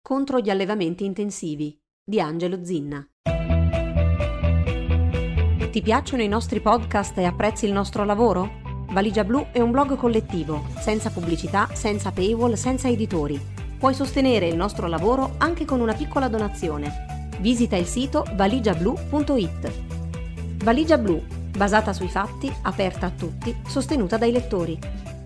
contro gli allevamenti intensivi di Angelo Zinna. Ti piacciono i nostri podcast e apprezzi il nostro lavoro? Valigia Blu è un blog collettivo, senza pubblicità, senza paywall, senza editori. Puoi sostenere il nostro lavoro anche con una piccola donazione. Visita il sito valigiablu.it. Valigia Blu, basata sui fatti, aperta a tutti, sostenuta dai lettori.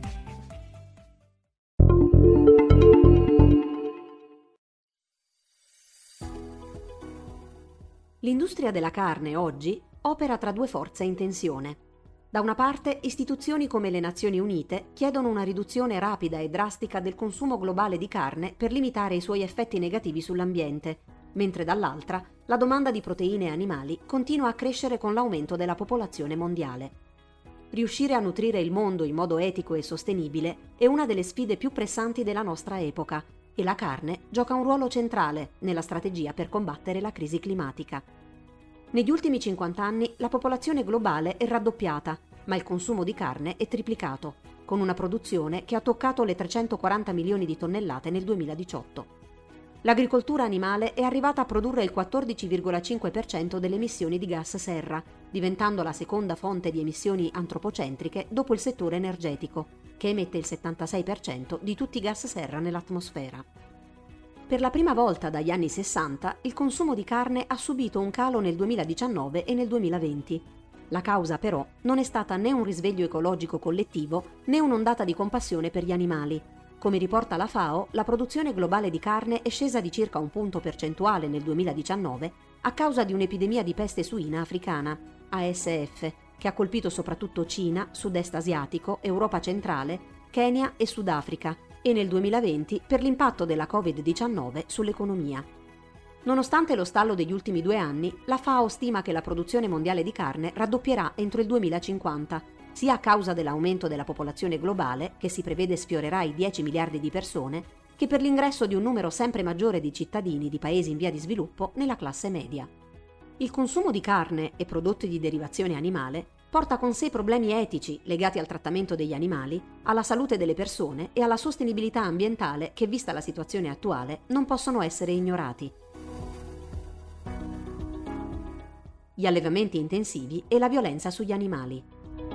L'industria della carne oggi opera tra due forze in tensione. Da una parte, istituzioni come le Nazioni Unite chiedono una riduzione rapida e drastica del consumo globale di carne per limitare i suoi effetti negativi sull'ambiente, mentre dall'altra la domanda di proteine animali continua a crescere con l'aumento della popolazione mondiale. Riuscire a nutrire il mondo in modo etico e sostenibile è una delle sfide più pressanti della nostra epoca e la carne gioca un ruolo centrale nella strategia per combattere la crisi climatica. Negli ultimi 50 anni la popolazione globale è raddoppiata, ma il consumo di carne è triplicato, con una produzione che ha toccato le 340 milioni di tonnellate nel 2018. L'agricoltura animale è arrivata a produrre il 14,5% delle emissioni di gas serra, diventando la seconda fonte di emissioni antropocentriche dopo il settore energetico, che emette il 76% di tutti i gas serra nell'atmosfera. Per la prima volta dagli anni 60 il consumo di carne ha subito un calo nel 2019 e nel 2020. La causa però non è stata né un risveglio ecologico collettivo né un'ondata di compassione per gli animali. Come riporta la FAO, la produzione globale di carne è scesa di circa un punto percentuale nel 2019 a causa di un'epidemia di peste suina africana, ASF, che ha colpito soprattutto Cina, Sud-Est asiatico, Europa centrale, Kenya e Sudafrica, e nel 2020 per l'impatto della Covid-19 sull'economia. Nonostante lo stallo degli ultimi 2 anni, la FAO stima che la produzione mondiale di carne raddoppierà entro il 2050, sia a causa dell'aumento della popolazione globale, che si prevede sfiorerà i 10 miliardi di persone, che per l'ingresso di un numero sempre maggiore di cittadini di paesi in via di sviluppo nella classe media. Il consumo di carne e prodotti di derivazione animale porta con sé problemi etici legati al trattamento degli animali, alla salute delle persone e alla sostenibilità ambientale che, vista la situazione attuale, non possono essere ignorati. Gli allevamenti intensivi e la violenza sugli animali.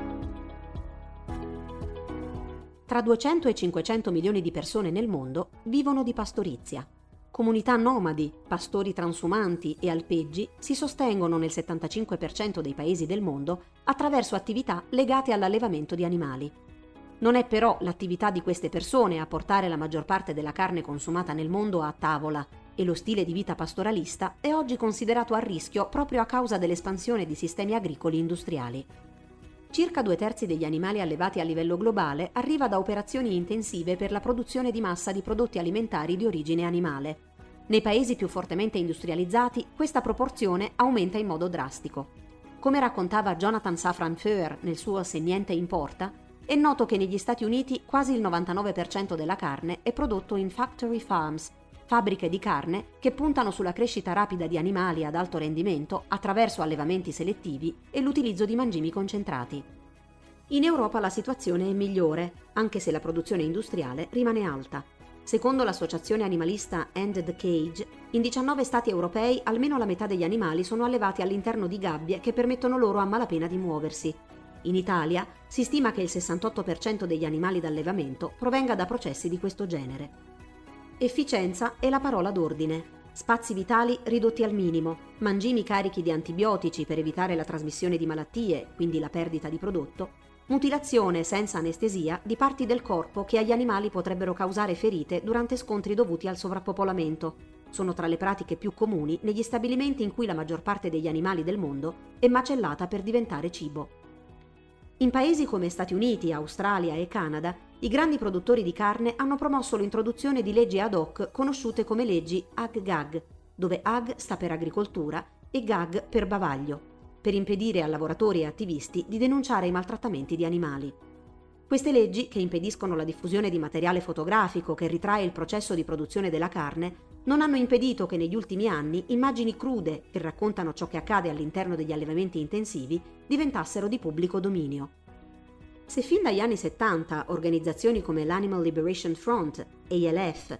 Tra 200 e 500 milioni di persone nel mondo vivono di pastorizia. Comunità nomadi, pastori transumanti e alpeggi si sostengono nel 75% dei paesi del mondo attraverso attività legate all'allevamento di animali. Non è però l'attività di queste persone a portare la maggior parte della carne consumata nel mondo a tavola, e lo stile di vita pastoralista è oggi considerato a rischio proprio a causa dell'espansione di sistemi agricoli industriali. Circa 2/3 degli animali allevati a livello globale arriva da operazioni intensive per la produzione di massa di prodotti alimentari di origine animale. Nei paesi più fortemente industrializzati questa proporzione aumenta in modo drastico. Come raccontava Jonathan Safran Foer nel suo Se niente importa, è noto che negli Stati Uniti quasi il 99% della carne è prodotto in factory farms, fabbriche di carne che puntano sulla crescita rapida di animali ad alto rendimento attraverso allevamenti selettivi e l'utilizzo di mangimi concentrati. In Europa la situazione è migliore, anche se la produzione industriale rimane alta. Secondo l'associazione animalista End the Cage, in 19 stati europei almeno la metà degli animali sono allevati all'interno di gabbie che permettono loro a malapena di muoversi. In Italia si stima che il 68% degli animali d'allevamento provenga da processi di questo genere. Efficienza è la parola d'ordine. Spazi vitali ridotti al minimo, mangimi carichi di antibiotici per evitare la trasmissione di malattie, quindi la perdita di prodotto, mutilazione senza anestesia di parti del corpo che agli animali potrebbero causare ferite durante scontri dovuti al sovrappopolamento. Sono tra le pratiche più comuni negli stabilimenti in cui la maggior parte degli animali del mondo è macellata per diventare cibo. In paesi come Stati Uniti, Australia e Canada, i grandi produttori di carne hanno promosso l'introduzione di leggi ad hoc conosciute come leggi Ag-Gag, dove Ag sta per agricoltura e Gag per bavaglio, per impedire a lavoratori e attivisti di denunciare i maltrattamenti di animali. Queste leggi, che impediscono la diffusione di materiale fotografico che ritrae il processo di produzione della carne, non hanno impedito che negli ultimi anni immagini crude che raccontano ciò che accade all'interno degli allevamenti intensivi diventassero di pubblico dominio. Se fin dagli anni 70 organizzazioni come l'Animal Liberation Front, ALF,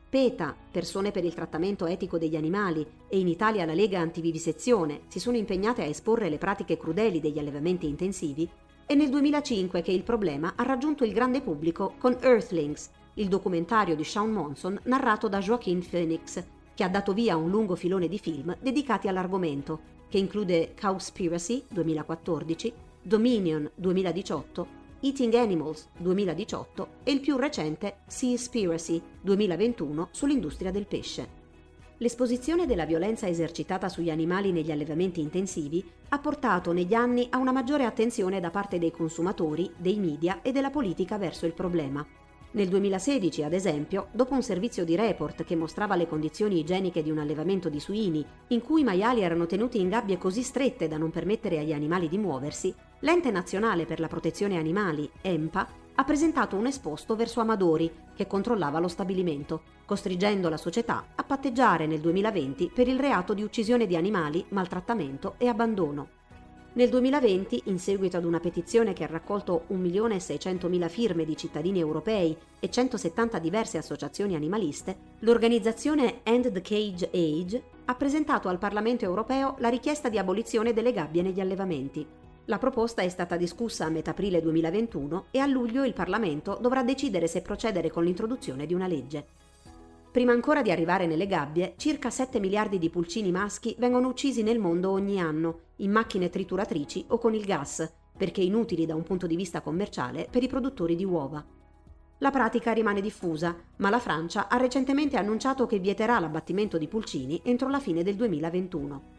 PETA, Persone per il trattamento etico degli animali, e in Italia la Lega Antivivisezione si sono impegnate a esporre le pratiche crudeli degli allevamenti intensivi, è nel 2005 che il problema ha raggiunto il grande pubblico con Earthlings, il documentario di Sean Monson narrato da Joaquin Phoenix, che ha dato via a un lungo filone di film dedicati all'argomento, che include Cowspiracy 2014, Dominion 2018, Eating Animals 2018 e il più recente Seaspiracy 2021 sull'industria del pesce. L'esposizione della violenza esercitata sugli animali negli allevamenti intensivi ha portato negli anni a una maggiore attenzione da parte dei consumatori, dei media e della politica verso il problema. Nel 2016, ad esempio, dopo un servizio di report che mostrava le condizioni igieniche di un allevamento di suini, in cui i maiali erano tenuti in gabbie così strette da non permettere agli animali di muoversi, l'Ente Nazionale per la Protezione Animali, ENPA, ha presentato un esposto verso Amadori, che controllava lo stabilimento, costringendo la società a patteggiare nel 2020 per il reato di uccisione di animali, maltrattamento e abbandono. Nel 2020, in seguito ad una petizione che ha raccolto 1.600.000 firme di cittadini europei e 170 diverse associazioni animaliste, l'organizzazione End the Cage Age ha presentato al Parlamento europeo la richiesta di abolizione delle gabbie negli allevamenti. La proposta è stata discussa a metà aprile 2021 e a luglio il Parlamento dovrà decidere se procedere con l'introduzione di una legge. Prima ancora di arrivare nelle gabbie, circa 7 miliardi di pulcini maschi vengono uccisi nel mondo ogni anno, in macchine trituratrici o con il gas, perché inutili da un punto di vista commerciale per i produttori di uova. La pratica rimane diffusa, ma la Francia ha recentemente annunciato che vieterà l'abbattimento di pulcini entro la fine del 2021.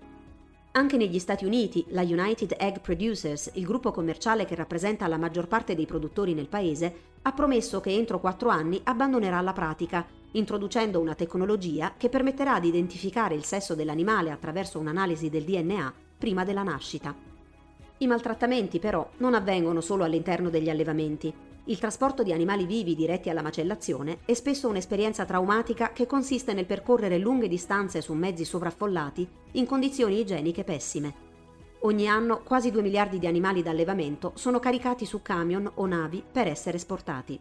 Anche negli Stati Uniti, la United Egg Producers, il gruppo commerciale che rappresenta la maggior parte dei produttori nel paese, ha promesso che entro 4 anni abbandonerà la pratica, introducendo una tecnologia che permetterà di identificare il sesso dell'animale attraverso un'analisi del DNA prima della nascita. I maltrattamenti, però, non avvengono solo all'interno degli allevamenti. Il trasporto di animali vivi diretti alla macellazione è spesso un'esperienza traumatica che consiste nel percorrere lunghe distanze su mezzi sovraffollati in condizioni igieniche pessime. Ogni anno quasi 2 miliardi di animali d'allevamento sono caricati su camion o navi per essere esportati.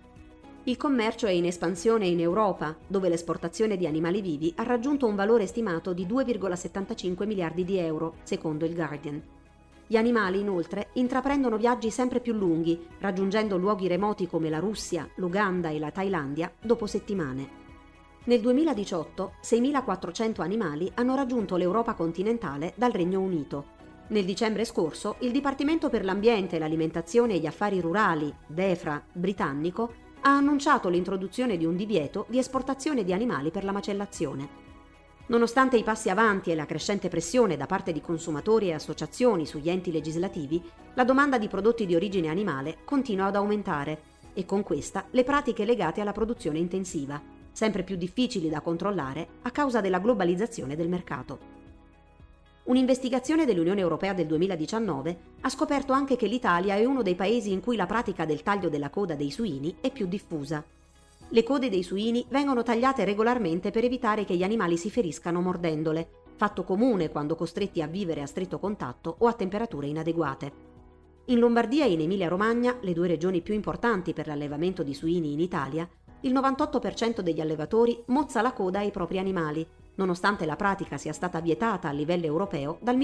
Il commercio è in espansione in Europa, dove l'esportazione di animali vivi ha raggiunto un valore stimato di 2,75 miliardi di euro, secondo il Guardian. Gli animali, inoltre, intraprendono viaggi sempre più lunghi, raggiungendo luoghi remoti come la Russia, l'Uganda e la Thailandia dopo settimane. Nel 2018, 6.400 animali hanno raggiunto l'Europa continentale dal Regno Unito. Nel dicembre scorso, il Dipartimento per l'Ambiente, l'Alimentazione e gli Affari Rurali, DEFRA, britannico, ha annunciato l'introduzione di un divieto di esportazione di animali per la macellazione. Nonostante i passi avanti e la crescente pressione da parte di consumatori e associazioni sugli enti legislativi, la domanda di prodotti di origine animale continua ad aumentare e con questa le pratiche legate alla produzione intensiva, sempre più difficili da controllare a causa della globalizzazione del mercato. Un'investigazione dell'Unione Europea del 2019 ha scoperto anche che l'Italia è uno dei paesi in cui la pratica del taglio della coda dei suini è più diffusa. Le code dei suini vengono tagliate regolarmente per evitare che gli animali si feriscano mordendole, fatto comune quando costretti a vivere a stretto contatto o a temperature inadeguate. In Lombardia e in Emilia-Romagna, le 2 regioni più importanti per l'allevamento di suini in Italia, il 98% degli allevatori mozza la coda ai propri animali, nonostante la pratica sia stata vietata a livello europeo dal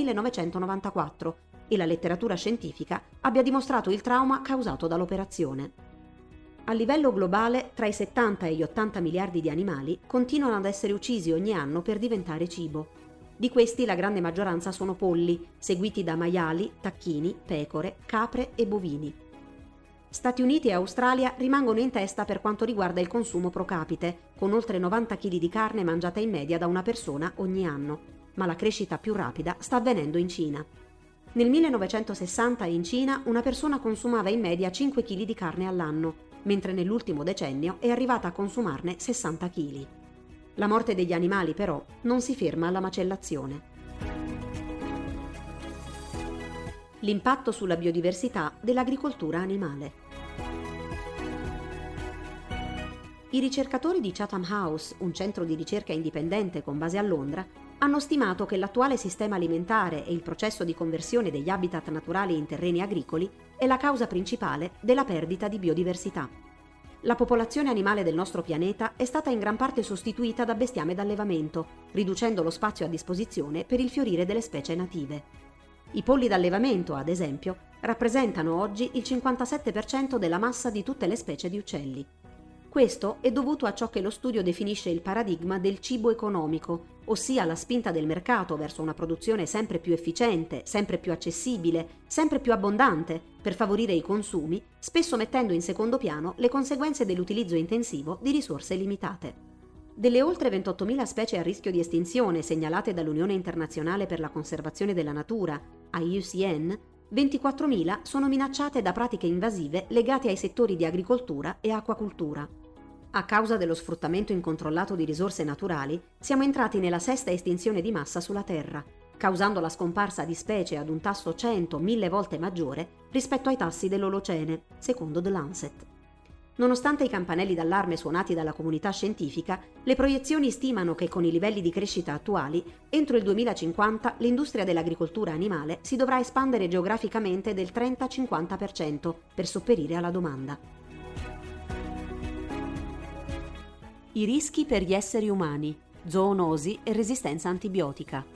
1994 e la letteratura scientifica abbia dimostrato il trauma causato dall'operazione. A livello globale, tra i 70 e gli 80 miliardi di animali continuano ad essere uccisi ogni anno per diventare cibo. Di questi la grande maggioranza sono polli, seguiti da maiali, tacchini, pecore, capre e bovini. Stati Uniti e Australia rimangono in testa per quanto riguarda il consumo pro capite, con oltre 90 kg di carne mangiata in media da una persona ogni anno, ma la crescita più rapida sta avvenendo in Cina. Nel 1960 in Cina una persona consumava in media 5 kg di carne all'anno, mentre nell'ultimo decennio è arrivata a consumarne 60 kg. La morte degli animali, però, non si ferma alla macellazione. L'impatto sulla biodiversità dell'agricoltura animale. I ricercatori di Chatham House, un centro di ricerca indipendente con base a Londra, hanno stimato che l'attuale sistema alimentare e il processo di conversione degli habitat naturali in terreni agricoli è la causa principale della perdita di biodiversità. La popolazione animale del nostro pianeta è stata in gran parte sostituita da bestiame d'allevamento, riducendo lo spazio a disposizione per il fiorire delle specie native. I polli d'allevamento, ad esempio, rappresentano oggi il 57% della massa di tutte le specie di uccelli. Questo è dovuto a ciò che lo studio definisce il paradigma del cibo economico, ossia la spinta del mercato verso una produzione sempre più efficiente, sempre più accessibile, sempre più abbondante, per favorire i consumi, spesso mettendo in secondo piano le conseguenze dell'utilizzo intensivo di risorse limitate. Delle oltre 28.000 specie a rischio di estinzione segnalate dall'Unione Internazionale per la Conservazione della Natura, IUCN, 24.000 sono minacciate da pratiche invasive legate ai settori di agricoltura e acquacultura. A causa dello sfruttamento incontrollato di risorse naturali, siamo entrati nella sesta estinzione di massa sulla Terra, causando la scomparsa di specie ad un tasso 100-1000 volte maggiore rispetto ai tassi dell'Olocene, secondo The Lancet. Nonostante i campanelli d'allarme suonati dalla comunità scientifica, le proiezioni stimano che con i livelli di crescita attuali, entro il 2050 l'industria dell'agricoltura animale si dovrà espandere geograficamente del 30-50% per sopperire alla domanda. I rischi per gli esseri umani, zoonosi e resistenza antibiotica.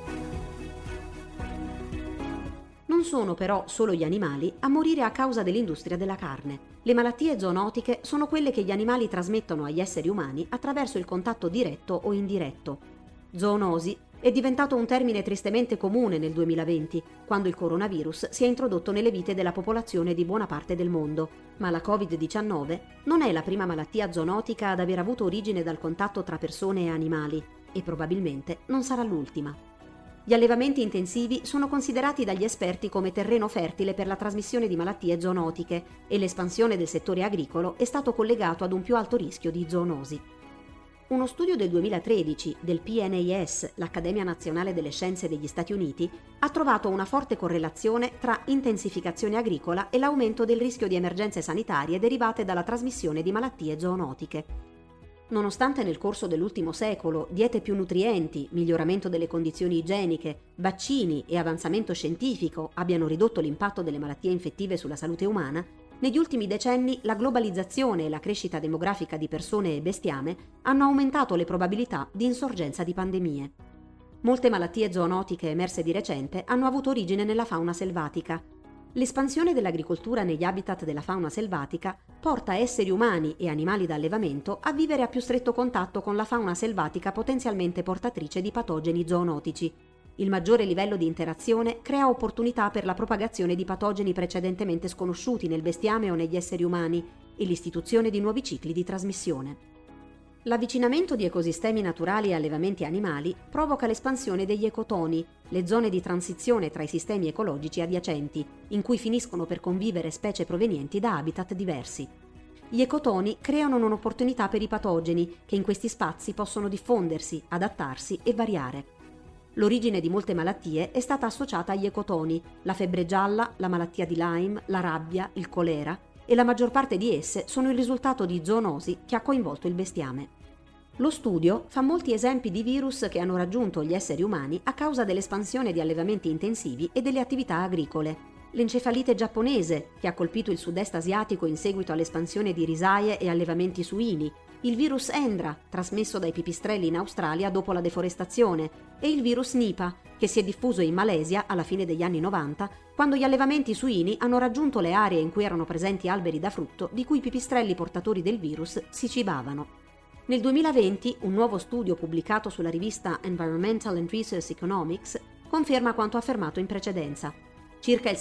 Non sono però solo gli animali a morire a causa dell'industria della carne. Le malattie zoonotiche sono quelle che gli animali trasmettono agli esseri umani attraverso il contatto diretto o indiretto. Zoonosi è diventato un termine tristemente comune nel 2020, quando il coronavirus si è introdotto nelle vite della popolazione di buona parte del mondo. Ma la Covid-19 non è la prima malattia zoonotica ad aver avuto origine dal contatto tra persone e animali, e probabilmente non sarà l'ultima. Gli allevamenti intensivi sono considerati dagli esperti come terreno fertile per la trasmissione di malattie zoonotiche e l'espansione del settore agricolo è stato collegato ad un più alto rischio di zoonosi. Uno studio del 2013 del PNAS, l'Accademia Nazionale delle Scienze degli Stati Uniti, ha trovato una forte correlazione tra intensificazione agricola e l'aumento del rischio di emergenze sanitarie derivate dalla trasmissione di malattie zoonotiche. Nonostante nel corso dell'ultimo secolo diete più nutrienti, miglioramento delle condizioni igieniche, vaccini e avanzamento scientifico abbiano ridotto l'impatto delle malattie infettive sulla salute umana, negli ultimi decenni la globalizzazione e la crescita demografica di persone e bestiame hanno aumentato le probabilità di insorgenza di pandemie. Molte malattie zoonotiche emerse di recente hanno avuto origine nella fauna selvatica. L'espansione dell'agricoltura negli habitat della fauna selvatica porta esseri umani e animali da allevamento a vivere a più stretto contatto con la fauna selvatica potenzialmente portatrice di patogeni zoonotici. Il maggiore livello di interazione crea opportunità per la propagazione di patogeni precedentemente sconosciuti nel bestiame o negli esseri umani e l'istituzione di nuovi cicli di trasmissione. L'avvicinamento di ecosistemi naturali e allevamenti animali provoca l'espansione degli ecotoni, le zone di transizione tra i sistemi ecologici adiacenti, in cui finiscono per convivere specie provenienti da habitat diversi. Gli ecotoni creano un'opportunità per i patogeni, che in questi spazi possono diffondersi, adattarsi e variare. L'origine di molte malattie è stata associata agli ecotoni, la febbre gialla, la malattia di Lyme, la rabbia, il colera, e la maggior parte di esse sono il risultato di zoonosi che ha coinvolto il bestiame. Lo studio fa molti esempi di virus che hanno raggiunto gli esseri umani a causa dell'espansione di allevamenti intensivi e delle attività agricole. L'encefalite giapponese, che ha colpito il sud-est asiatico in seguito all'espansione di risaie e allevamenti suini, il virus Endra, trasmesso dai pipistrelli in Australia dopo la deforestazione, e il virus Nipah, che si è diffuso in Malesia alla fine degli anni 90, quando gli allevamenti suini hanno raggiunto le aree in cui erano presenti alberi da frutto di cui i pipistrelli portatori del virus si cibavano. Nel 2020 un nuovo studio pubblicato sulla rivista Environmental and Resource Economics conferma quanto affermato in precedenza. Circa il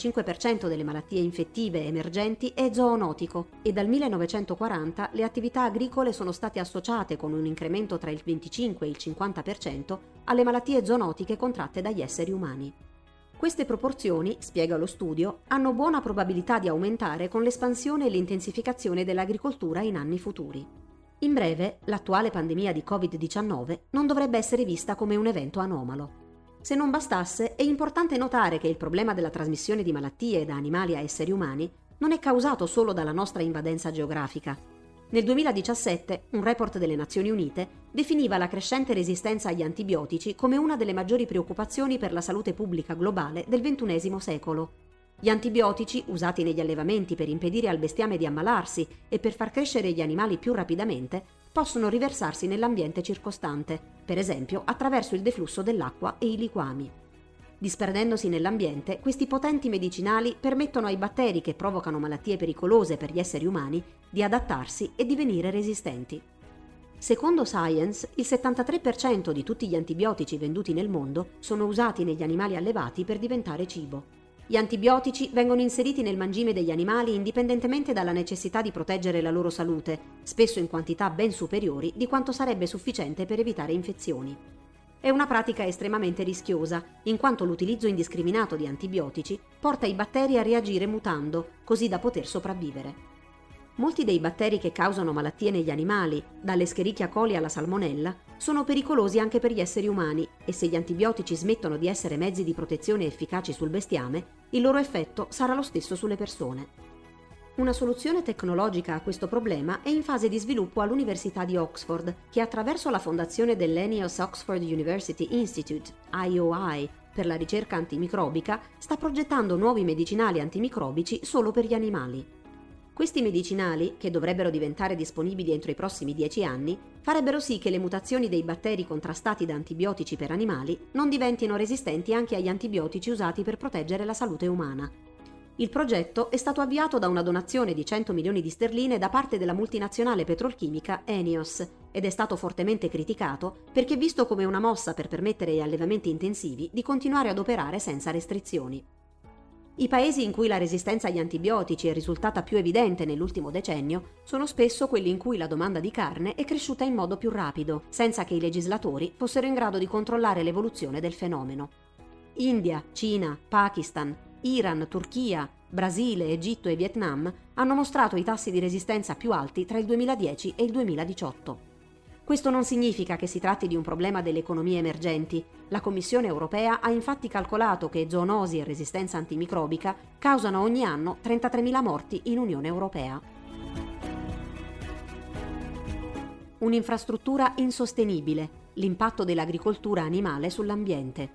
75% delle malattie infettive emergenti è zoonotico e dal 1940 le attività agricole sono state associate con un incremento tra il 25 e il 50% alle malattie zoonotiche contratte dagli esseri umani. Queste proporzioni, spiega lo studio, hanno buona probabilità di aumentare con l'espansione e l'intensificazione dell'agricoltura in anni futuri. In breve, l'attuale pandemia di Covid-19 non dovrebbe essere vista come un evento anomalo. Se non bastasse, è importante notare che il problema della trasmissione di malattie da animali a esseri umani non è causato solo dalla nostra invadenza geografica. Nel 2017, un report delle Nazioni Unite definiva la crescente resistenza agli antibiotici come una delle maggiori preoccupazioni per la salute pubblica globale del XXI secolo. Gli antibiotici, usati negli allevamenti per impedire al bestiame di ammalarsi e per far crescere gli animali più rapidamente, possono riversarsi nell'ambiente circostante, per esempio attraverso il deflusso dell'acqua e i liquami. Disperdendosi nell'ambiente, questi potenti medicinali permettono ai batteri che provocano malattie pericolose per gli esseri umani di adattarsi e divenire resistenti. Secondo Science, il 73% di tutti gli antibiotici venduti nel mondo sono usati negli animali allevati per diventare cibo. Gli antibiotici vengono inseriti nel mangime degli animali indipendentemente dalla necessità di proteggere la loro salute, spesso in quantità ben superiori di quanto sarebbe sufficiente per evitare infezioni. È una pratica estremamente rischiosa, in quanto l'utilizzo indiscriminato di antibiotici porta i batteri a reagire mutando, così da poter sopravvivere. Molti dei batteri che causano malattie negli animali, dalle Escherichia coli alla Salmonella, sono pericolosi anche per gli esseri umani e se gli antibiotici smettono di essere mezzi di protezione efficaci sul bestiame, il loro effetto sarà lo stesso sulle persone. Una soluzione tecnologica a questo problema è in fase di sviluppo all'Università di Oxford, che attraverso la fondazione dell'Enios Oxford University Institute, IOI, per la ricerca antimicrobica, sta progettando nuovi medicinali antimicrobici solo per gli animali. Questi medicinali, che dovrebbero diventare disponibili entro i prossimi 10 anni, farebbero sì che le mutazioni dei batteri contrastati da antibiotici per animali non diventino resistenti anche agli antibiotici usati per proteggere la salute umana. Il progetto è stato avviato da una donazione di 100 milioni di sterline da parte della multinazionale petrolchimica Enios ed è stato fortemente criticato perché visto come una mossa per permettere agli allevamenti intensivi di continuare ad operare senza restrizioni. I paesi in cui la resistenza agli antibiotici è risultata più evidente nell'ultimo decennio sono spesso quelli in cui la domanda di carne è cresciuta in modo più rapido, senza che i legislatori fossero in grado di controllare l'evoluzione del fenomeno. India, Cina, Pakistan, Iran, Turchia, Brasile, Egitto e Vietnam hanno mostrato i tassi di resistenza più alti tra il 2010 e il 2018. Questo non significa che si tratti di un problema delle economie emergenti. La Commissione europea ha infatti calcolato che zoonosi e resistenza antimicrobica causano ogni anno 33.000 morti in Unione Europea. Un'infrastruttura insostenibile, l'impatto dell'agricoltura animale sull'ambiente.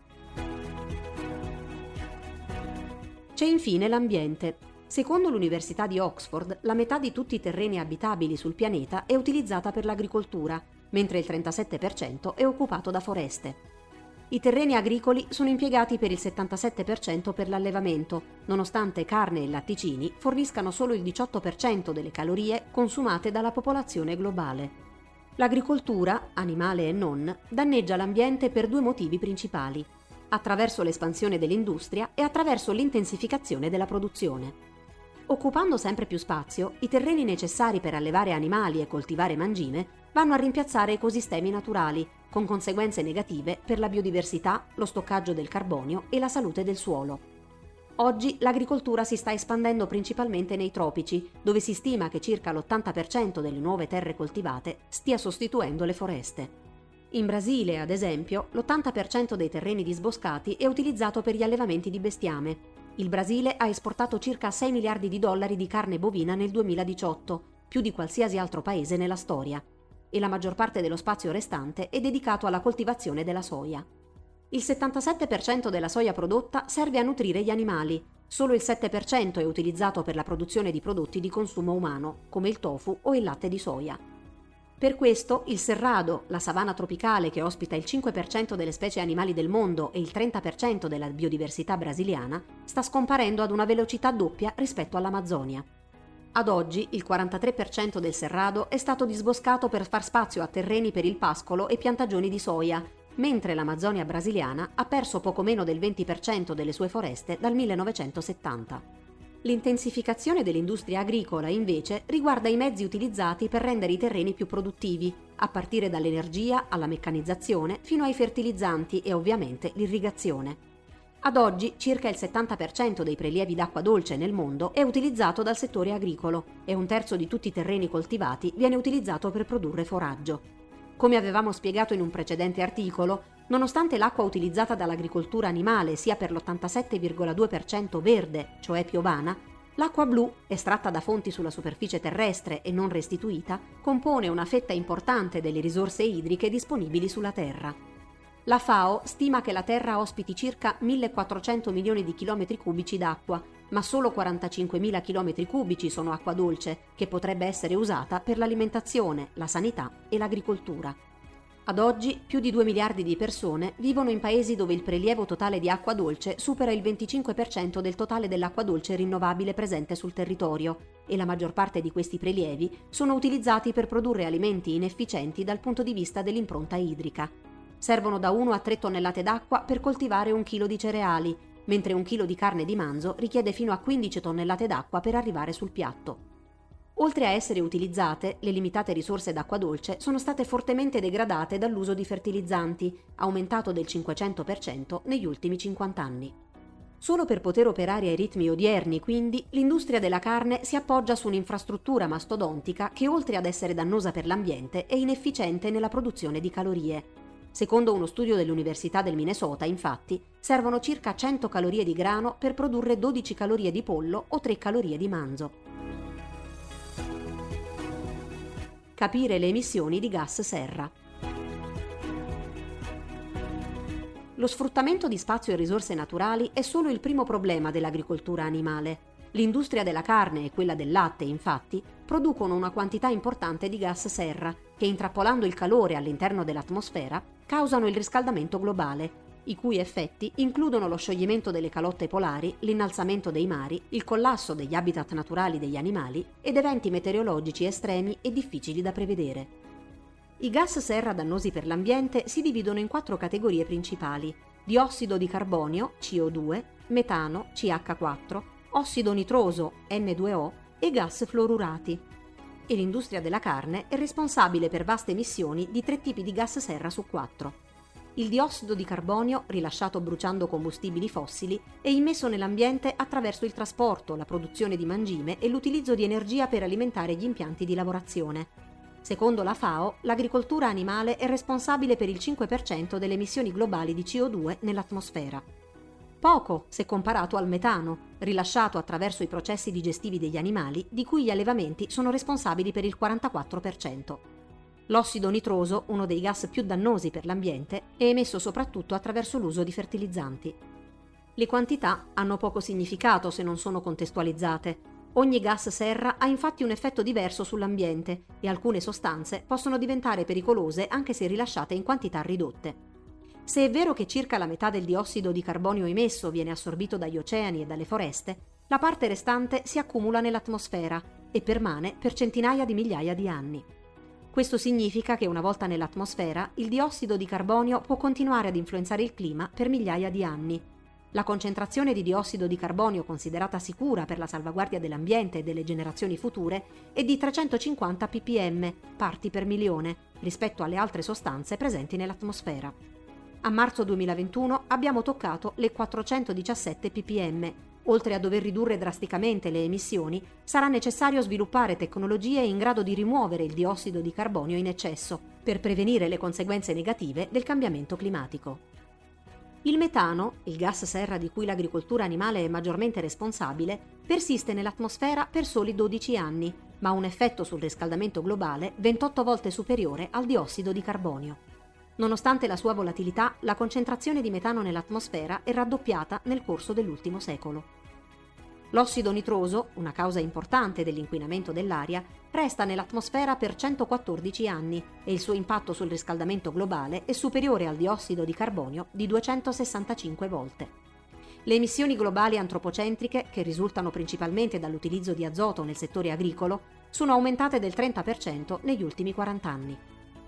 C'è infine l'ambiente. Secondo l'Università di Oxford, la metà di tutti i terreni abitabili sul pianeta è utilizzata per l'agricoltura, mentre il 37% è occupato da foreste. I terreni agricoli sono impiegati per il 77% per l'allevamento, nonostante carne e latticini forniscano solo il 18% delle calorie consumate dalla popolazione globale. L'agricoltura, animale e non, danneggia l'ambiente per due motivi principali: attraverso l'espansione dell'industria e attraverso l'intensificazione della produzione. Occupando sempre più spazio, i terreni necessari per allevare animali e coltivare mangime vanno a rimpiazzare ecosistemi naturali, con conseguenze negative per la biodiversità, lo stoccaggio del carbonio e la salute del suolo. Oggi l'agricoltura si sta espandendo principalmente nei tropici, dove si stima che circa l'80% delle nuove terre coltivate stia sostituendo le foreste. In Brasile, ad esempio, l'80% dei terreni disboscati è utilizzato per gli allevamenti di bestiame. Il Brasile ha esportato circa 6 miliardi di dollari di carne bovina nel 2018, più di qualsiasi altro paese nella storia, e la maggior parte dello spazio restante è dedicato alla coltivazione della soia. Il 77% della soia prodotta serve a nutrire gli animali, solo il 7% è utilizzato per la produzione di prodotti di consumo umano, come il tofu o il latte di soia. Per questo il Cerrado, la savana tropicale che ospita il 5% delle specie animali del mondo e il 30% della biodiversità brasiliana, sta scomparendo ad una velocità doppia rispetto all'Amazzonia. Ad oggi il 43% del Cerrado è stato disboscato per far spazio a terreni per il pascolo e piantagioni di soia, mentre l'Amazzonia brasiliana ha perso poco meno del 20% delle sue foreste dal 1970. L'intensificazione dell'industria agricola, invece, riguarda i mezzi utilizzati per rendere i terreni più produttivi, a partire dall'energia alla meccanizzazione fino ai fertilizzanti e ovviamente l'irrigazione. Ad oggi circa il 70% dei prelievi d'acqua dolce nel mondo è utilizzato dal settore agricolo e un terzo di tutti i terreni coltivati viene utilizzato per produrre foraggio. Come avevamo spiegato in un precedente articolo, nonostante l'acqua utilizzata dall'agricoltura animale sia per l'87,2% verde, cioè piovana, l'acqua blu, estratta da fonti sulla superficie terrestre e non restituita, compone una fetta importante delle risorse idriche disponibili sulla Terra. La FAO stima che la Terra ospiti circa 1.400 milioni di chilometri cubici d'acqua, ma solo 45.000 km3 sono acqua dolce, che potrebbe essere usata per l'alimentazione, la sanità e l'agricoltura. Ad oggi più di 2 miliardi di persone vivono in paesi dove il prelievo totale di acqua dolce supera il 25% del totale dell'acqua dolce rinnovabile presente sul territorio, e la maggior parte di questi prelievi sono utilizzati per produrre alimenti inefficienti dal punto di vista dell'impronta idrica. Servono da 1 a 3 tonnellate d'acqua per coltivare 1 chilo di cereali, mentre 1 chilo di carne di manzo richiede fino a 15 tonnellate d'acqua per arrivare sul piatto. Oltre a essere utilizzate, le limitate risorse d'acqua dolce sono state fortemente degradate dall'uso di fertilizzanti, aumentato del 500% negli ultimi 50 anni. Solo per poter operare ai ritmi odierni, quindi, l'industria della carne si appoggia su un'infrastruttura mastodontica che, oltre ad essere dannosa per l'ambiente, è inefficiente nella produzione di calorie. Secondo uno studio dell'Università del Minnesota, infatti, servono circa 100 calorie di grano per produrre 12 calorie di pollo o 3 calorie di manzo. Capire le emissioni di gas serra. Lo sfruttamento di spazio e risorse naturali è solo il primo problema dell'agricoltura animale. L'industria della carne e quella del latte, infatti, producono una quantità importante di gas serra che, intrappolando il calore all'interno dell'atmosfera, causano il riscaldamento globale, i cui effetti includono lo scioglimento delle calotte polari, l'innalzamento dei mari, il collasso degli habitat naturali degli animali ed eventi meteorologici estremi e difficili da prevedere. I gas serra dannosi per l'ambiente si dividono in 4 categorie principali: diossido di carbonio, CO2, metano, CH4, ossido nitroso, N2O e gas fluorurati. E l'industria della carne è responsabile per vaste emissioni di 3 tipi di gas serra su 4. Il diossido di carbonio, rilasciato bruciando combustibili fossili, è immesso nell'ambiente attraverso il trasporto, la produzione di mangime e l'utilizzo di energia per alimentare gli impianti di lavorazione. Secondo la FAO, l'agricoltura animale è responsabile per il 5% delle emissioni globali di CO2 nell'atmosfera. Poco se comparato al metano, rilasciato attraverso i processi digestivi degli animali, di cui gli allevamenti sono responsabili per il 44%. L'ossido nitroso, uno dei gas più dannosi per l'ambiente, è emesso soprattutto attraverso l'uso di fertilizzanti. Le quantità hanno poco significato se non sono contestualizzate. Ogni gas serra ha infatti un effetto diverso sull'ambiente e alcune sostanze possono diventare pericolose anche se rilasciate in quantità ridotte. Se è vero che circa la metà del diossido di carbonio emesso viene assorbito dagli oceani e dalle foreste, la parte restante si accumula nell'atmosfera e permane per centinaia di migliaia di anni. Questo significa che una volta nell'atmosfera il diossido di carbonio può continuare ad influenzare il clima per migliaia di anni. La concentrazione di diossido di carbonio considerata sicura per la salvaguardia dell'ambiente e delle generazioni future è di 350 ppm, parti per milione, rispetto alle altre sostanze presenti nell'atmosfera. A marzo 2021 abbiamo toccato le 417 ppm. Oltre a dover ridurre drasticamente le emissioni, sarà necessario sviluppare tecnologie in grado di rimuovere il diossido di carbonio in eccesso per prevenire le conseguenze negative del cambiamento climatico. Il metano, il gas serra di cui l'agricoltura animale è maggiormente responsabile, persiste nell'atmosfera per soli 12 anni, ma ha un effetto sul riscaldamento globale 28 volte superiore al diossido di carbonio. Nonostante la sua volatilità, la concentrazione di metano nell'atmosfera è raddoppiata nel corso dell'ultimo secolo. L'ossido nitroso, una causa importante dell'inquinamento dell'aria, resta nell'atmosfera per 114 anni e il suo impatto sul riscaldamento globale è superiore al diossido di carbonio di 265 volte. Le emissioni globali antropocentriche, che risultano principalmente dall'utilizzo di azoto nel settore agricolo, sono aumentate del 30% negli ultimi 40 anni.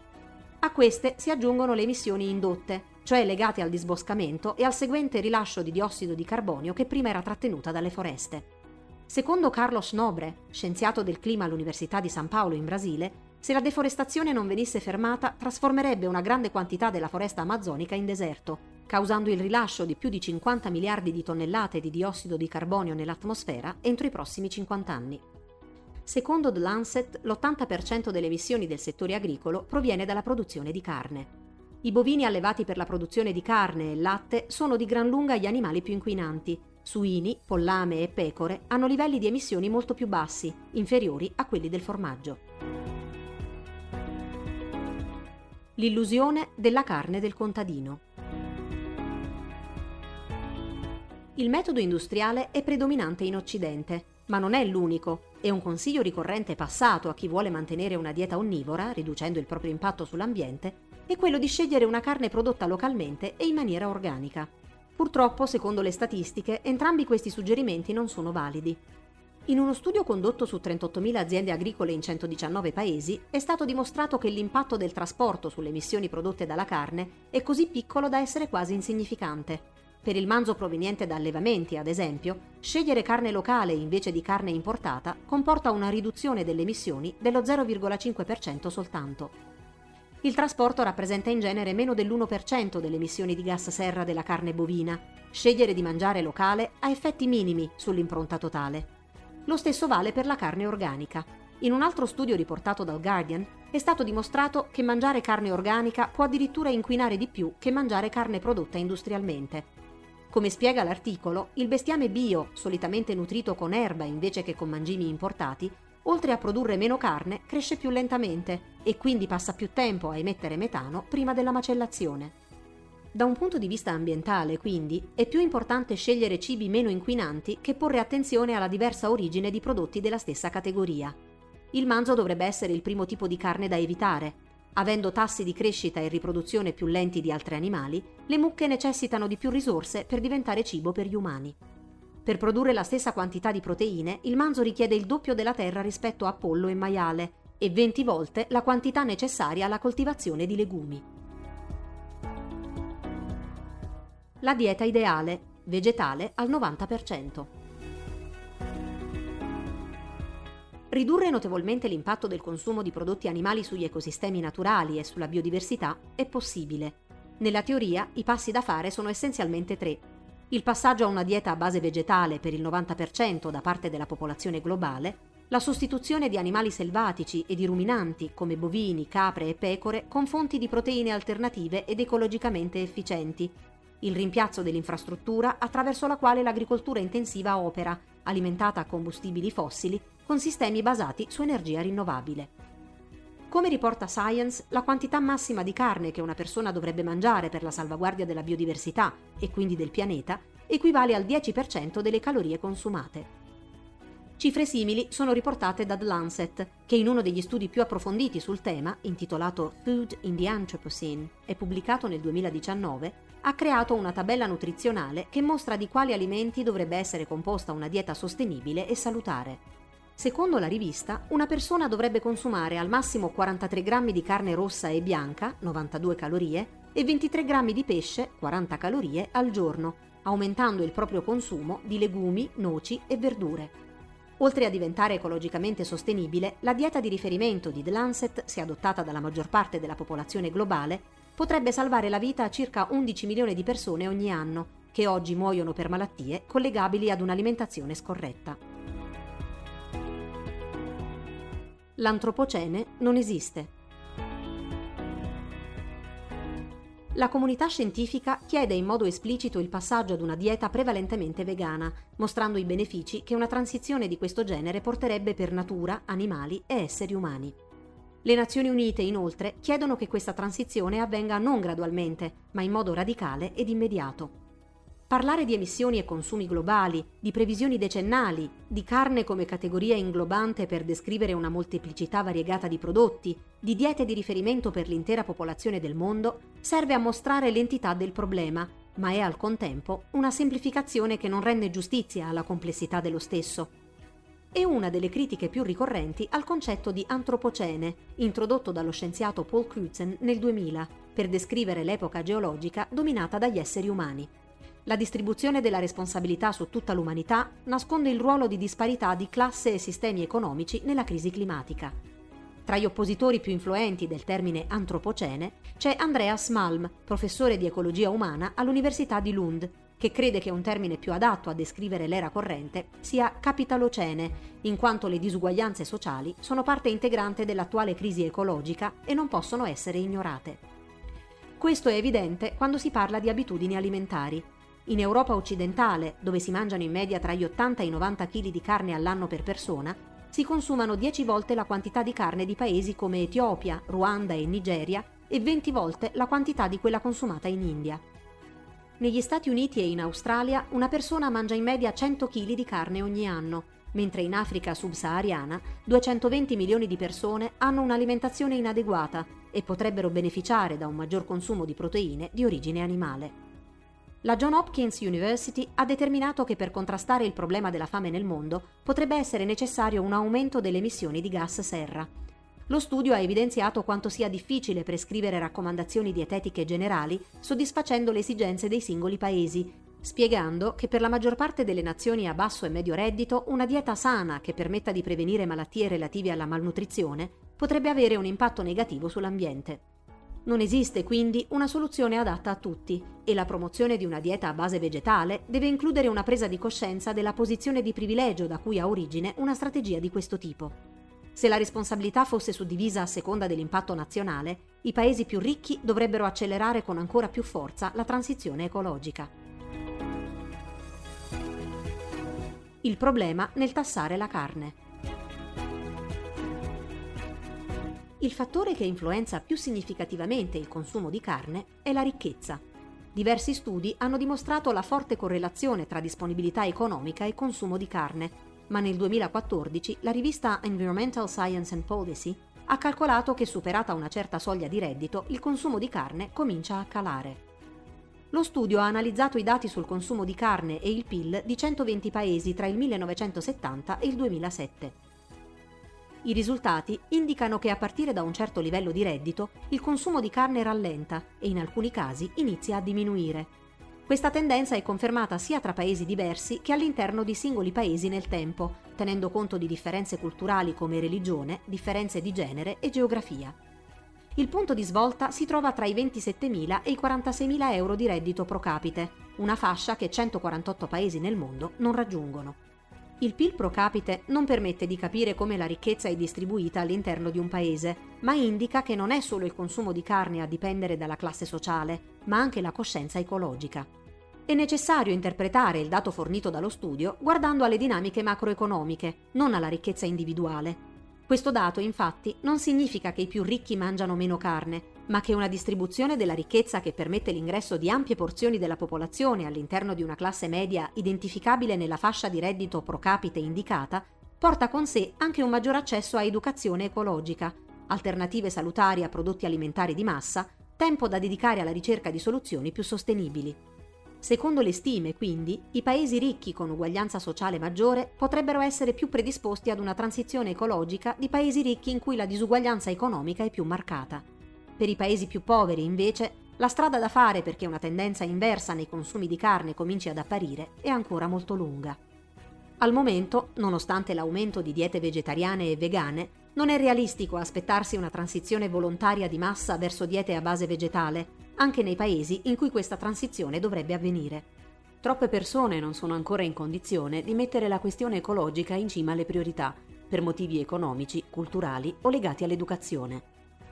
A queste si aggiungono le emissioni indotte, cioè legate al disboscamento e al seguente rilascio di diossido di carbonio che prima era trattenuta dalle foreste. Secondo Carlos Nobre, scienziato del clima all'Università di San Paolo in Brasile, se la deforestazione non venisse fermata trasformerebbe una grande quantità della foresta amazzonica in deserto, causando il rilascio di più di 50 miliardi di tonnellate di diossido di carbonio nell'atmosfera entro i prossimi 50 anni. Secondo The Lancet, l'80% delle emissioni del settore agricolo proviene dalla produzione di carne. I bovini allevati per la produzione di carne e latte sono di gran lunga gli animali più inquinanti. Suini, pollame e pecore hanno livelli di emissioni molto più bassi, inferiori a quelli del formaggio. L'illusione della carne del contadino. Il metodo industriale è predominante in Occidente, ma non è l'unico, e un consiglio ricorrente passato a chi vuole mantenere una dieta onnivora, riducendo il proprio impatto sull'ambiente, è quello di scegliere una carne prodotta localmente e in maniera organica. Purtroppo, secondo le statistiche, entrambi questi suggerimenti non sono validi. In uno studio condotto su 38.000 aziende agricole in 119 paesi è stato dimostrato che l'impatto del trasporto sulle emissioni prodotte dalla carne è così piccolo da essere quasi insignificante. Per il manzo proveniente da allevamenti, ad esempio, scegliere carne locale invece di carne importata comporta una riduzione delle emissioni dello 0,5% soltanto. Il trasporto rappresenta in genere meno dell'1% delle emissioni di gas serra della carne bovina. Scegliere di mangiare locale ha effetti minimi sull'impronta totale. Lo stesso vale per la carne organica. In un altro studio riportato dal Guardian è stato dimostrato che mangiare carne organica può addirittura inquinare di più che mangiare carne prodotta industrialmente. Come spiega l'articolo, il bestiame bio, solitamente nutrito con erba invece che con mangimi importati, oltre a produrre meno carne, cresce più lentamente e quindi passa più tempo a emettere metano prima della macellazione. Da un punto di vista ambientale, quindi, è più importante scegliere cibi meno inquinanti che porre attenzione alla diversa origine di prodotti della stessa categoria. Il manzo dovrebbe essere il primo tipo di carne da evitare. Avendo tassi di crescita e riproduzione più lenti di altri animali, le mucche necessitano di più risorse per diventare cibo per gli umani. Per produrre la stessa quantità di proteine, il manzo richiede il doppio della terra rispetto a pollo e maiale e 20 volte la quantità necessaria alla coltivazione di legumi. La dieta ideale, vegetale al 90%. Ridurre notevolmente l'impatto del consumo di prodotti animali sugli ecosistemi naturali e sulla biodiversità è possibile. Nella teoria, i passi da fare sono essenzialmente 3. Il passaggio a una dieta a base vegetale per il 90% da parte della popolazione globale, la sostituzione di animali selvatici e di ruminanti come bovini, capre e pecore con fonti di proteine alternative ed ecologicamente efficienti, il rimpiazzo dell'infrastruttura attraverso la quale l'agricoltura intensiva opera, alimentata a combustibili fossili, con sistemi basati su energia rinnovabile. Come riporta Science, la quantità massima di carne che una persona dovrebbe mangiare per la salvaguardia della biodiversità e quindi del pianeta equivale al 10% delle calorie consumate. Cifre simili sono riportate da The Lancet, che in uno degli studi più approfonditi sul tema, intitolato Food in the Anthropocene e pubblicato nel 2019, ha creato una tabella nutrizionale che mostra di quali alimenti dovrebbe essere composta una dieta sostenibile e salutare. Secondo la rivista, una persona dovrebbe consumare al massimo 43 grammi di carne rossa e bianca, 92 calorie, e 23 grammi di pesce, 40 calorie, al giorno, aumentando il proprio consumo di legumi, noci e verdure. Oltre a diventare ecologicamente sostenibile, la dieta di riferimento di The Lancet, se adottata dalla maggior parte della popolazione globale, potrebbe salvare la vita a circa 11 milioni di persone ogni anno, che oggi muoiono per malattie collegabili ad un'alimentazione scorretta. L'antropocene non esiste. La comunità scientifica chiede in modo esplicito il passaggio ad una dieta prevalentemente vegana, mostrando i benefici che una transizione di questo genere porterebbe per natura, animali e esseri umani. Le Nazioni Unite, inoltre, chiedono che questa transizione avvenga non gradualmente, ma in modo radicale ed immediato. Parlare di emissioni e consumi globali, di previsioni decennali, di carne come categoria inglobante per descrivere una molteplicità variegata di prodotti, di diete di riferimento per l'intera popolazione del mondo, serve a mostrare l'entità del problema, ma è al contempo una semplificazione che non rende giustizia alla complessità dello stesso. È una delle critiche più ricorrenti al concetto di antropocene, introdotto dallo scienziato Paul Crutzen nel 2000, per descrivere l'epoca geologica dominata dagli esseri umani. La distribuzione della responsabilità su tutta l'umanità nasconde il ruolo di disparità di classe e sistemi economici nella crisi climatica. Tra gli oppositori più influenti del termine antropocene c'è Andreas Malm, professore di ecologia umana all'Università di Lund, che crede che un termine più adatto a descrivere l'era corrente sia capitalocene, in quanto le disuguaglianze sociali sono parte integrante dell'attuale crisi ecologica e non possono essere ignorate. Questo è evidente quando si parla di abitudini alimentari. In Europa occidentale, dove si mangiano in media tra gli 80 e i 90 kg di carne all'anno per persona, si consumano 10 volte la quantità di carne di paesi come Etiopia, Ruanda e Nigeria e 20 volte la quantità di quella consumata in India. Negli Stati Uniti e in Australia una persona mangia in media 100 kg di carne ogni anno, mentre in Africa subsahariana 220 milioni di persone hanno un'alimentazione inadeguata e potrebbero beneficiare da un maggior consumo di proteine di origine animale. La Johns Hopkins University ha determinato che per contrastare il problema della fame nel mondo potrebbe essere necessario un aumento delle emissioni di gas serra. Lo studio ha evidenziato quanto sia difficile prescrivere raccomandazioni dietetiche generali soddisfacendo le esigenze dei singoli paesi, spiegando che per la maggior parte delle nazioni a basso e medio reddito una dieta sana che permetta di prevenire malattie relative alla malnutrizione potrebbe avere un impatto negativo sull'ambiente. Non esiste quindi una soluzione adatta a tutti e la promozione di una dieta a base vegetale deve includere una presa di coscienza della posizione di privilegio da cui ha origine una strategia di questo tipo. Se la responsabilità fosse suddivisa a seconda dell'impatto nazionale, i paesi più ricchi dovrebbero accelerare con ancora più forza la transizione ecologica. Il problema nel tassare la carne. Il fattore che influenza più significativamente il consumo di carne è la ricchezza. Diversi studi hanno dimostrato la forte correlazione tra disponibilità economica e consumo di carne, ma nel 2014 la rivista Environmental Science and Policy ha calcolato che superata una certa soglia di reddito il consumo di carne comincia a calare. Lo studio ha analizzato i dati sul consumo di carne e il PIL di 120 paesi tra il 1970 e il 2007. I risultati indicano che a partire da un certo livello di reddito il consumo di carne rallenta e in alcuni casi inizia a diminuire. Questa tendenza è confermata sia tra paesi diversi che all'interno di singoli paesi nel tempo, tenendo conto di differenze culturali come religione, differenze di genere e geografia. Il punto di svolta si trova tra i 27.000 e i 46.000 euro di reddito pro capite, una fascia che 148 paesi nel mondo non raggiungono. Il PIL pro capite non permette di capire come la ricchezza è distribuita all'interno di un paese, ma indica che non è solo il consumo di carne a dipendere dalla classe sociale, ma anche la coscienza ecologica. È necessario interpretare il dato fornito dallo studio guardando alle dinamiche macroeconomiche, non alla ricchezza individuale. Questo dato, infatti, non significa che i più ricchi mangiano meno carne, ma che una distribuzione della ricchezza che permette l'ingresso di ampie porzioni della popolazione all'interno di una classe media identificabile nella fascia di reddito pro capite indicata, porta con sé anche un maggior accesso a educazione ecologica, alternative salutari a prodotti alimentari di massa, tempo da dedicare alla ricerca di soluzioni più sostenibili. Secondo le stime, quindi, i paesi ricchi con uguaglianza sociale maggiore potrebbero essere più predisposti ad una transizione ecologica di paesi ricchi in cui la disuguaglianza economica è più marcata. Per i paesi più poveri, invece, la strada da fare perché una tendenza inversa nei consumi di carne cominci ad apparire è ancora molto lunga. Al momento, nonostante l'aumento di diete vegetariane e vegane, non è realistico aspettarsi una transizione volontaria di massa verso diete a base vegetale, anche nei paesi in cui questa transizione dovrebbe avvenire. Troppe persone non sono ancora in condizione di mettere la questione ecologica in cima alle priorità, per motivi economici, culturali o legati all'educazione.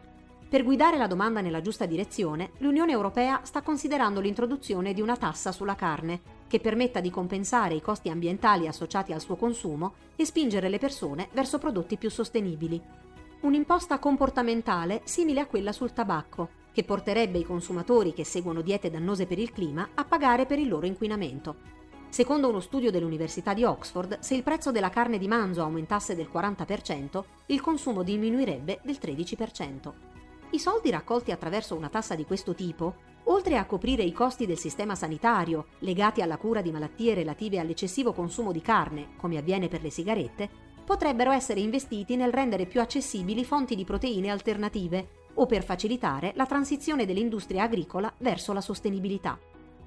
Per guidare la domanda nella giusta direzione, l'Unione Europea sta considerando l'introduzione di una tassa sulla carne, che permetta di compensare i costi ambientali associati al suo consumo e spingere le persone verso prodotti più sostenibili. Un'imposta comportamentale simile a quella sul tabacco, che porterebbe i consumatori che seguono diete dannose per il clima a pagare per il loro inquinamento. Secondo uno studio dell'Università di Oxford, se il prezzo della carne di manzo aumentasse del 40%, il consumo diminuirebbe del 13%. I soldi raccolti attraverso una tassa di questo tipo, oltre a coprire i costi del sistema sanitario legati alla cura di malattie relative all'eccessivo consumo di carne, come avviene per le sigarette, potrebbero essere investiti nel rendere più accessibili fonti di proteine alternative o per facilitare la transizione dell'industria agricola verso la sostenibilità.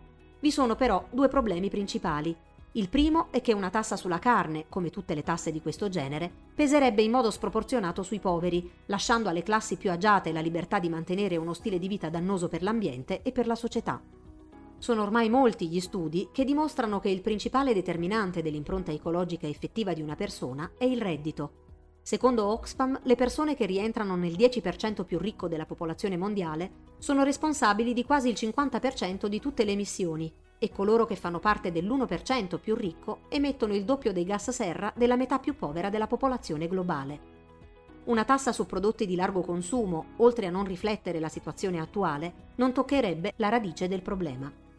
Vi sono però due problemi principali. Il primo è che una tassa sulla carne, come tutte le tasse di questo genere, peserebbe in modo sproporzionato sui poveri, lasciando alle classi più agiate la libertà di mantenere uno stile di vita dannoso per l'ambiente e per la società. Sono ormai molti gli studi che dimostrano che il principale determinante dell'impronta ecologica effettiva di una persona è il reddito. Secondo Oxfam, le persone che rientrano nel 10% più ricco della popolazione mondiale sono responsabili di quasi il 50% di tutte le emissioni e coloro che fanno parte dell'1% più ricco emettono il doppio dei gas serra della metà più povera della popolazione globale. Una tassa su prodotti di largo consumo, oltre a non riflettere la situazione attuale, non toccherebbe la radice del problema.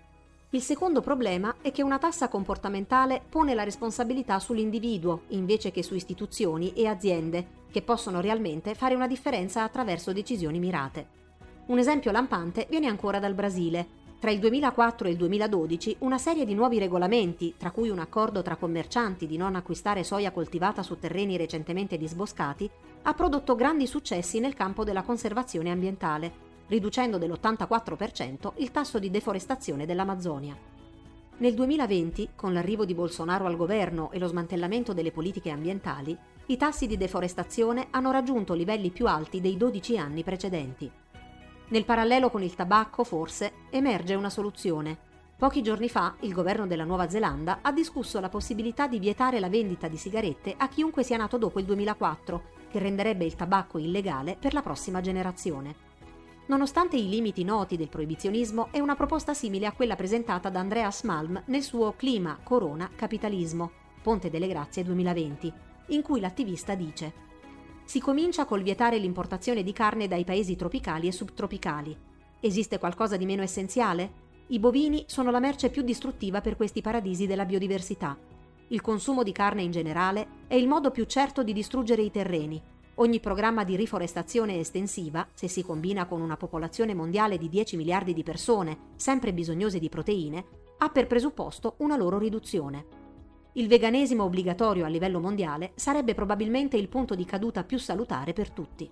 Il secondo problema è che una tassa comportamentale pone la responsabilità sull'individuo invece che su istituzioni e aziende che possono realmente fare una differenza attraverso decisioni mirate. Un esempio lampante viene ancora dal Brasile. Tra il 2004 e il 2012 una serie di nuovi regolamenti, tra cui un accordo tra commercianti di non acquistare soia coltivata su terreni recentemente disboscati, ha prodotto grandi successi nel campo della conservazione ambientale, riducendo dell'84% il tasso di deforestazione dell'Amazzonia. Nel 2020, con l'arrivo di Bolsonaro al governo e lo smantellamento delle politiche ambientali, i tassi di deforestazione hanno raggiunto livelli più alti dei 12 anni precedenti. Nel parallelo con il tabacco, forse, emerge una soluzione. Pochi giorni fa il governo della Nuova Zelanda ha discusso la possibilità di vietare la vendita di sigarette a chiunque sia nato dopo il 2004, che renderebbe il tabacco illegale per la prossima generazione. Nonostante i limiti noti del proibizionismo, è una proposta simile a quella presentata da Andreas Malm nel suo Clima, Corona, Capitalismo, Ponte delle Grazie 2020, in cui l'attivista dice: si comincia col vietare l'importazione di carne dai paesi tropicali e subtropicali. Esiste qualcosa di meno essenziale? I bovini sono la merce più distruttiva per questi paradisi della biodiversità. Il consumo di carne in generale è il modo più certo di distruggere i terreni. Ogni programma di riforestazione estensiva, se si combina con una popolazione mondiale di 10 miliardi di persone, sempre bisognose di proteine, ha per presupposto una loro riduzione. Il veganesimo obbligatorio a livello mondiale sarebbe probabilmente il punto di caduta più salutare per tutti.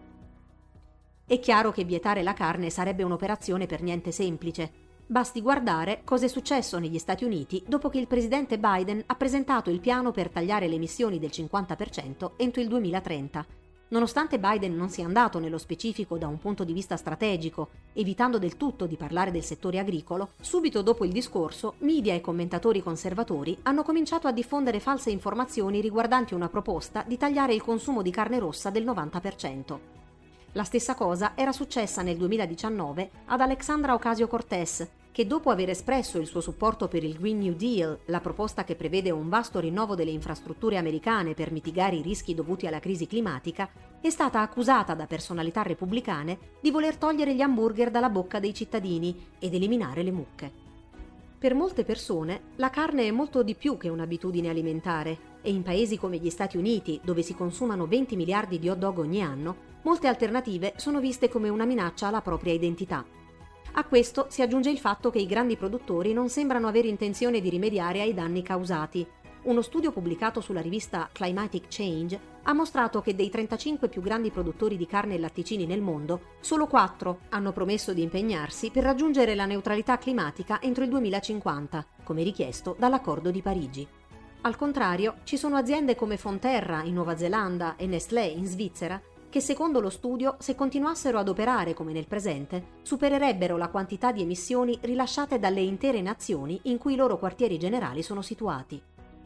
È chiaro che vietare la carne sarebbe un'operazione per niente semplice. Basti guardare cosa è successo negli Stati Uniti dopo che il presidente Biden ha presentato il piano per tagliare le emissioni del 50% entro il 2030. Nonostante Biden non sia andato nello specifico da un punto di vista strategico, evitando del tutto di parlare del settore agricolo, subito dopo il discorso, media e commentatori conservatori hanno cominciato a diffondere false informazioni riguardanti una proposta di tagliare il consumo di carne rossa del 90%. La stessa cosa era successa nel 2019 ad Alexandra Ocasio-Cortez, che dopo aver espresso il suo supporto per il Green New Deal, la proposta che prevede un vasto rinnovo delle infrastrutture americane per mitigare i rischi dovuti alla crisi climatica, è stata accusata da personalità repubblicane di voler togliere gli hamburger dalla bocca dei cittadini ed eliminare le mucche. Per molte persone la carne è molto di più che un'abitudine alimentare e in paesi come gli Stati Uniti, dove si consumano 20 miliardi di hot dog ogni anno, molte alternative sono viste come una minaccia alla propria identità. A questo si aggiunge il fatto che i grandi produttori non sembrano avere intenzione di rimediare ai danni causati. Uno studio pubblicato sulla rivista Climatic Change ha mostrato che dei 35 più grandi produttori di carne e latticini nel mondo, solo 4 hanno promesso di impegnarsi per raggiungere la neutralità climatica entro il 2050, come richiesto dall'Accordo di Parigi. Al contrario, ci sono aziende come Fonterra in Nuova Zelanda e Nestlé in Svizzera che secondo lo studio, se continuassero ad operare come nel presente, supererebbero la quantità di emissioni rilasciate dalle intere nazioni in cui i loro quartieri generali sono situati.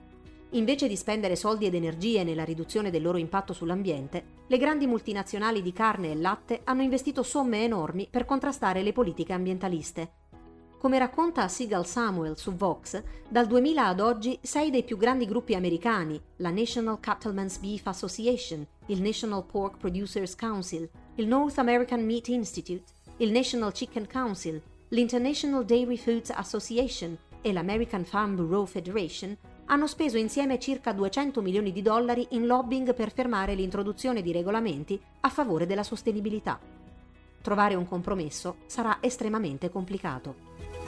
Invece di spendere soldi ed energie nella riduzione del loro impatto sull'ambiente, le grandi multinazionali di carne e latte hanno investito somme enormi per contrastare le politiche ambientaliste. Come racconta Sigal Samuel su Vox, dal 2000 ad oggi 6 dei più grandi gruppi americani, la National Cattlemen's Beef Association, il National Pork Producers Council, il North American Meat Institute, il National Chicken Council, l'International Dairy Foods Association e l'American Farm Bureau Federation, hanno speso insieme circa 200 milioni di dollari in lobbying per fermare l'introduzione di regolamenti a favore della sostenibilità. Trovare un compromesso sarà estremamente complicato.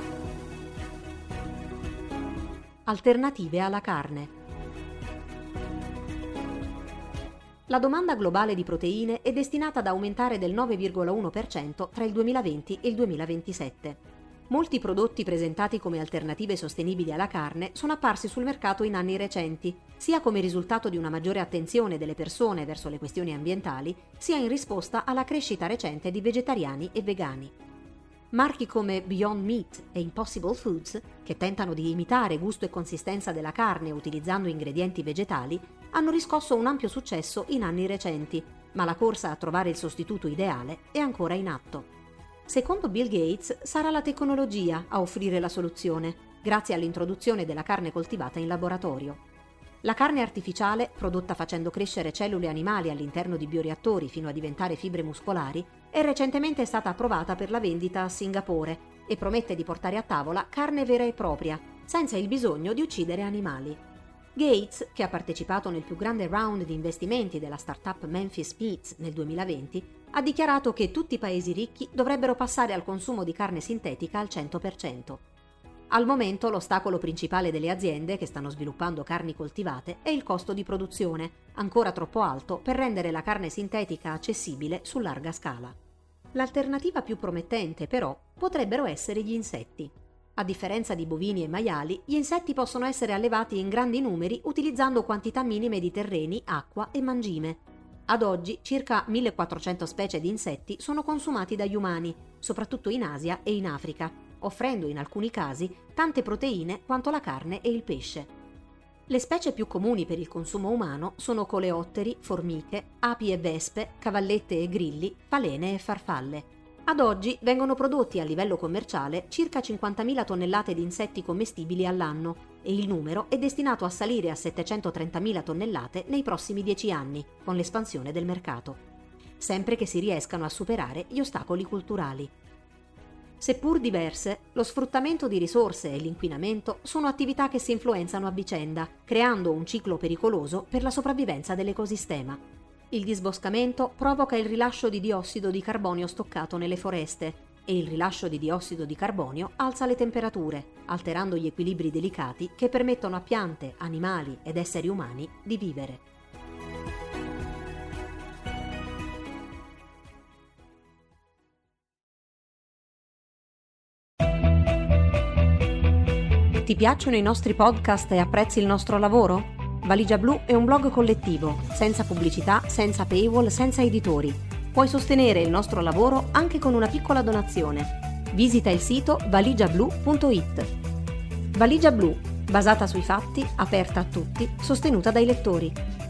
Alternative alla carne. La domanda globale di proteine è destinata ad aumentare del 9,1% tra il 2020 e il 2027. Molti prodotti presentati come alternative sostenibili alla carne sono apparsi sul mercato in anni recenti, sia come risultato di una maggiore attenzione delle persone verso le questioni ambientali, sia in risposta alla crescita recente di vegetariani e vegani. Marchi come Beyond Meat e Impossible Foods, che tentano di imitare gusto e consistenza della carne utilizzando ingredienti vegetali, hanno riscosso un ampio successo in anni recenti, ma la corsa a trovare il sostituto ideale è ancora in atto. Secondo Bill Gates, sarà la tecnologia a offrire la soluzione, grazie all'introduzione della carne coltivata in laboratorio. La carne artificiale, prodotta facendo crescere cellule animali all'interno di bioreattori fino a diventare fibre muscolari, e recentemente è stata approvata per la vendita a Singapore e promette di portare a tavola carne vera e propria, senza il bisogno di uccidere animali. Gates, che ha partecipato nel più grande round di investimenti della startup Memphis Meats nel 2020, ha dichiarato che tutti i paesi ricchi dovrebbero passare al consumo di carne sintetica al 100%. Al momento l'ostacolo principale delle aziende che stanno sviluppando carni coltivate è il costo di produzione, ancora troppo alto per rendere la carne sintetica accessibile su larga scala. L'alternativa più promettente, però, potrebbero essere gli insetti. A differenza di bovini e maiali, gli insetti possono essere allevati in grandi numeri utilizzando quantità minime di terreni, acqua e mangime. Ad oggi circa 1400 specie di insetti sono consumati dagli umani, soprattutto in Asia e in Africa, offrendo in alcuni casi tante proteine quanto la carne e il pesce. Le specie più comuni per il consumo umano sono coleotteri, formiche, api e vespe, cavallette e grilli, falene e farfalle. Ad oggi vengono prodotti a livello commerciale circa 50.000 tonnellate di insetti commestibili all'anno e il numero è destinato a salire a 730.000 tonnellate nei prossimi 10 anni, con l'espansione del mercato, sempre che si riescano a superare gli ostacoli culturali. Seppur diverse, lo sfruttamento di risorse e l'inquinamento sono attività che si influenzano a vicenda, creando un ciclo pericoloso per la sopravvivenza dell'ecosistema. Il disboscamento provoca il rilascio di diossido di carbonio stoccato nelle foreste e il rilascio di diossido di carbonio alza le temperature, alterando gli equilibri delicati che permettono a piante, animali ed esseri umani di vivere. Ti piacciono i nostri podcast e apprezzi il nostro lavoro? Valigia Blu è un blog collettivo, senza pubblicità, senza paywall, senza editori. Puoi sostenere il nostro lavoro anche con una piccola donazione. Visita il sito valigiablu.it. Valigia Blu, basata sui fatti, aperta a tutti, sostenuta dai lettori.